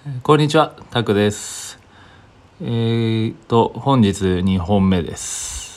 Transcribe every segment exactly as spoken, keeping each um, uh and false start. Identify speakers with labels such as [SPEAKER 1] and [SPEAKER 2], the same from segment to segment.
[SPEAKER 1] こんにちは、タクです。えーと、本日にほんめです。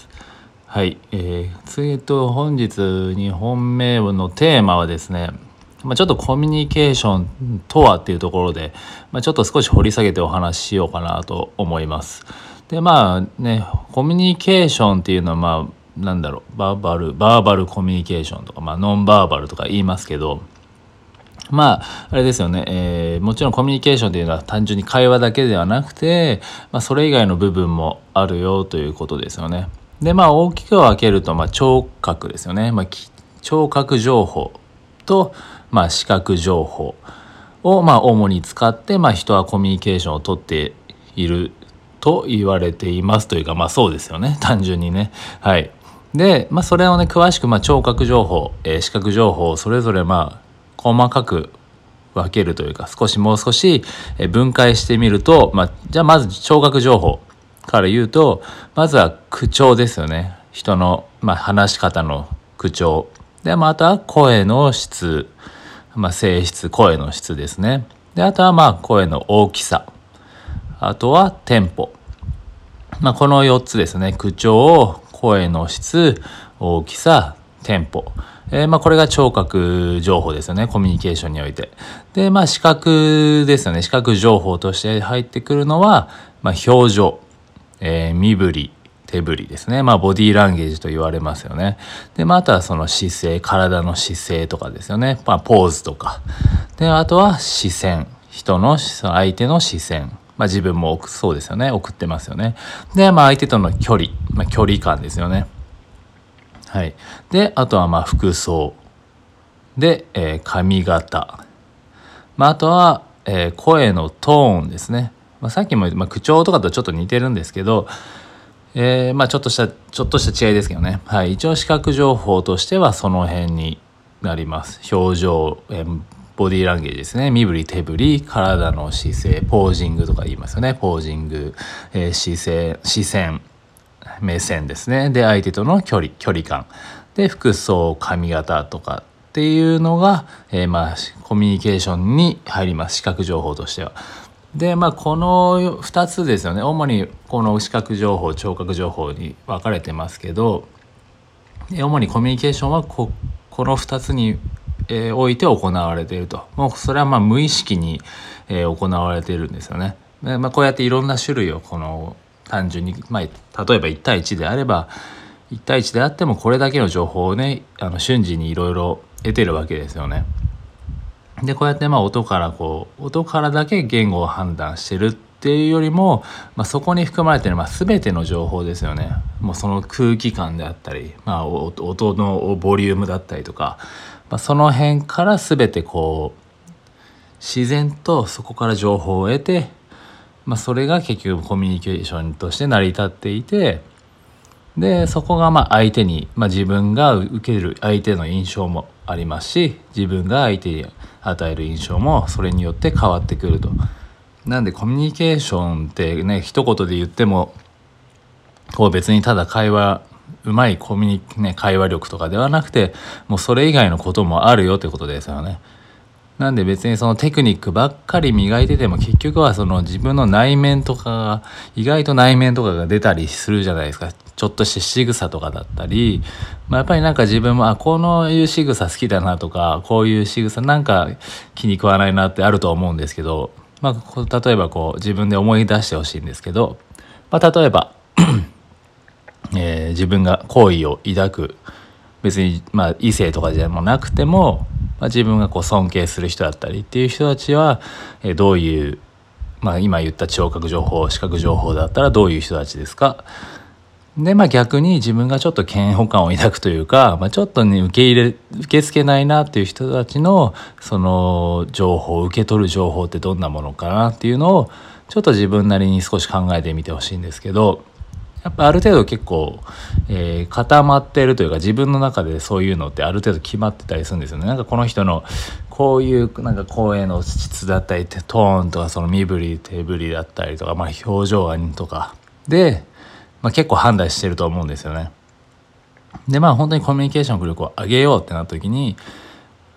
[SPEAKER 1] はい、えー、次と本日にほんめのテーマはですね、まあ、ちょっとコミュニケーションとはっていうところで、まあ、ちょっと少し掘り下げてお話ししようかなと思います。で、まあね、コミュニケーションっていうのは、まあ、なんだろう、バーバル、バーバルコミュニケーションとか、まあ、ノンバーバルとか言いますけど、まあ、あれですよね、えー、もちろんコミュニケーションというのは単純に会話だけではなくて、まあ、それ以外の部分もあるよということですよね。で、まあ、大きく分けると、まあ、聴覚ですよね。まあ、聴覚情報と、まあ、視覚情報を、まあ、主に使って、まあ、人はコミュニケーションをとっていると言われていますというか、まあ、そうですよね。単純にね。はい。で、まあ、それをね、詳しく、まあ、聴覚情報、えー、視覚情報をそれぞれ、まあ、細かく分けるというか、少しもう少し分解してみると、まあ、じゃあまず聴覚情報から言うと、まずは口調ですよね。人の、まあ、話し方の口調で、まあ、あとは声の質、まあ、声質、声の質ですね。で、あとはまあ声の大きさ、あとはテンポ、まあ、このよっつですね。口調、声の質、大きさ、テンポ。えー、まあこれが聴覚情報ですよね。コミュニケーションにおいて。で、まあ視覚ですよね。視覚情報として入ってくるのは、まあ表情、えー、身振り、手振りですね。まあボディーランゲージと言われますよね。で、まああとはその姿勢、体の姿勢とかですよね。まあポーズとか。で、あとは視線。人の、相手の視線。まあ自分もそうですよね。送ってますよね。で、まあ相手との距離。まあ距離感ですよね。はい。で、あとはまあ服装。で、えー、髪型。まああとは、えー、声のトーンですね。まあ、さっきも、まあ、口調とかとちょっと似てるんですけど、えー、まあちょっとしたちょっとした違いですけどね。はい。一応視覚情報としてはその辺になります。表情、えー、ボディーランゲージですね。身振り手振り、体の姿勢、ポージングとか言いますよね。ポージング、えー、姿勢、視線、目線ですね。で、相手との距離、距離感。で、服装、髪型とかっていうのが、えー、まあコミュニケーションに入ります。視覚情報としては。で、まあこのふたつですよね。主にこの視覚情報、聴覚情報に分かれてますけど、主にコミュニケーションはここのふたつに、えー、おいて行われていると。もうそれはまあ無意識に、えー、行われているんですよね。で、まあ、こうやっていろんな種類をこの単純に、まあ、例えばいち対いちであればいち対いちであってもこれだけの情報をね、あの瞬時にいろいろ得てるわけですよね。で、こうやってまあ音からこう音からだけ言語を判断してるっていうよりも、まあ、そこに含まれているまあ全ての情報ですよね。もうその空気感であったり、まあ、音のボリュームだったりとか、まあ、その辺から全てこう自然とそこから情報を得て、まあ、それが結局コミュニケーションとして成り立っていて、でそこがまあ相手に、まあ、自分が受ける相手の印象もありますし、自分が相手に与える印象もそれによって変わってくると。なんでコミュニケーションってね、一言で言ってもこう別にただ会話うまいコミュニ、ね、会話力とかではなくて、もうそれ以外のこともあるよということですよね。なんで別にそのテクニックばっかり磨いてても結局はその自分の内面とかが意外と内面とかが出たりするじゃないですか。ちょっとした仕草とかだったり、まあ、やっぱりなんか自分もあこのいう仕草好きだなとか、こういう仕草なんか気に食わないなってあると思うんですけど、まあ例えばこう自分で思い出してほしいんですけど、まあ、例えば、えー、自分が好意を抱く、別にまあ異性とかじゃもなくても、まあ、自分がこう尊敬する人だったりっていう人たちは、えー、どういう、まあ、今言った聴覚情報視覚情報だったらどういう人たちですか。でまあ逆に自分がちょっと嫌悪感を抱くというか、まあ、ちょっとね受け入れ受け付けないなっていう人たちのその情報受け取る情報ってどんなものかなっていうのをちょっと自分なりに少し考えてみてほしいんですけど、やっぱある程度結構、えー、固まってるというか自分の中でそういうのってある程度決まってたりするんですよね。なんかこの人のこういうなんか声の質だったりトーンとかその身振り手振りだったりとか、まあ、表情とかで、まあ、結構判断してると思うんですよね。でまあ本当にコミュニケーションの力を上げようってなった時に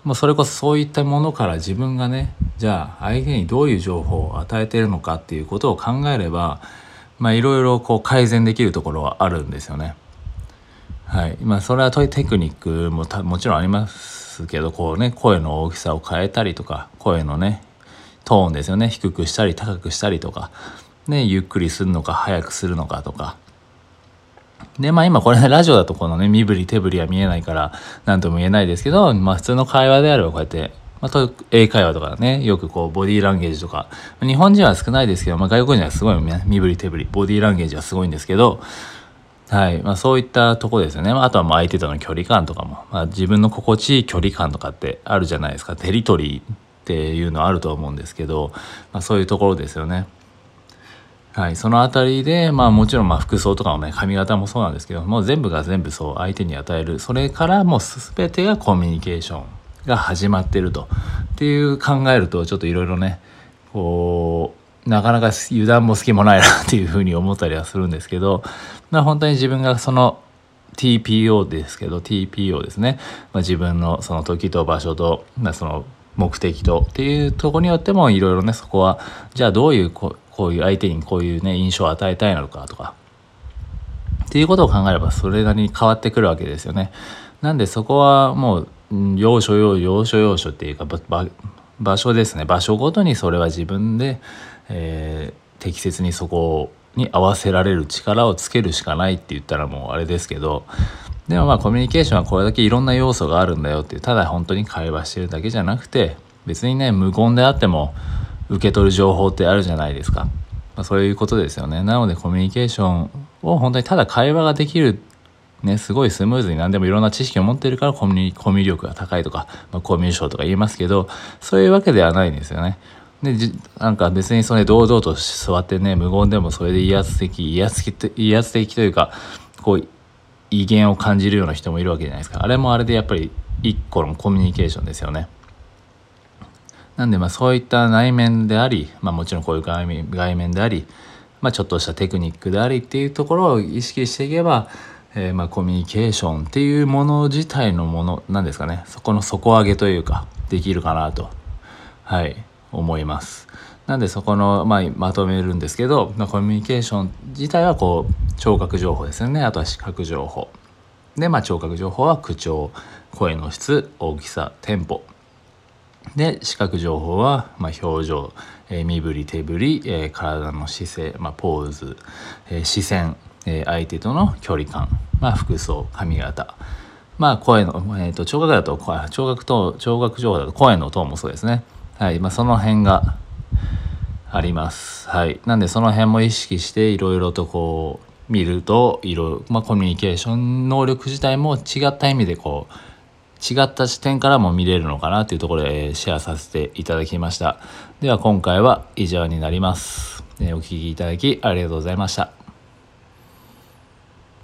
[SPEAKER 1] もうそれこそそういったものから自分がね、じゃあ相手にどういう情報を与えているのかっていうことを考えれば、まあいろいろこう改善できるところはあるんですよね。はい。まあそれはテクニックもたもちろんありますけど、こうね、声の大きさを変えたりとか、声のね、トーンですよね、低くしたり高くしたりとか、ね、ゆっくりするのか早くするのかとか。で、まあ今これね、ラジオだとこのね、身振り手振りは見えないから何とも言えないですけど、まあ普通の会話であればこうやって、まあと英会話とかね、よくこうボディーランゲージとか、日本人は少ないですけど、まあ外国人はすごいね、身振り手振り、ボディーランゲージはすごいんですけど、はい。まあそういったとこですよね。まああとはもう相手との距離感とかも、まあ自分の心地いい距離感とかってあるじゃないですか。テリトリーっていうのあると思うんですけど、まあそういうところですよね。はい。そのあたりで、まあもちろんまあ服装とかもね、髪型もそうなんですけど、もう全部が全部そう相手に与える。それからもう全てがコミュニケーションが始まっていると。っていう考えると、ちょっといろいろね、こう、なかなか油断も隙もないなっていうふうに思ったりはするんですけど、まあ本当に自分がその ティーピーオー ですけど ティーピーオー ですね、まあ、自分のその時と場所と、まあ、その目的とっていうところによってもいろいろね、そこはじゃあどういうこうこういう相手にこういうね印象を与えたいのかとかっていうことを考えればそれなりに変わってくるわけですよね。なんでそこはもう要所要要所要所っていうか場場所ですね。場所ごとにそれは自分で、えー、適切にそこに合わせられる力をつけるしかないって言ったらもうあれですけど、でもまあコミュニケーションはこれだけいろんな要素があるんだよっていう、ただ本当に会話してるだけじゃなくて、別にね無言であっても受け取る情報ってあるじゃないですか。まあ、そういうことですよね。なのでコミュニケーションを本当にただ会話ができるね、すごいスムーズに何でもいろんな知識を持っているからコミュニコミュ力が高いとか、まあ、コミュ障とか言いますけど、そういうわけではないんですよね。でじなんか別にそれ堂々と座ってね無言でもそれで威圧的威圧的威圧的というかこう威厳を感じるような人もいるわけじゃないですか。あれもあれでやっぱり一個のコミュニケーションですよね。なんでまあそういった内面であり、まあ、もちろんこういう外面、外面であり、まあ、ちょっとしたテクニックでありっていうところを意識していけば、えー、まあコミュニケーションっていうもの自体のものなんですかね、そこの底上げというかできるかなとはい思います。なんでそこの、まあ、まとめるんですけど、まあ、コミュニケーション自体はこう聴覚情報ですよね。あとは視覚情報で、まあ、聴覚情報は口調、声の質、大きさ、テンポで、視覚情報は、まあ、表情、えー、身振り手振り、えー、体の姿勢、まあ、ポーズ、えー、視線、えー、相手との距離感、まあ、服装、髪型、まあ声の、えー、と聴覚だと聴覚と聴覚情報だと声のトーンもそうですね。はい、まあ、その辺があります。はい、なんでその辺も意識していろいろとこう見るといろいろ、まあ、コミュニケーション能力自体も違った意味でこう違った視点からも見れるのかなというところでシェアさせていただきました。では今回は以上になります。お聞きいただきありがとうございました。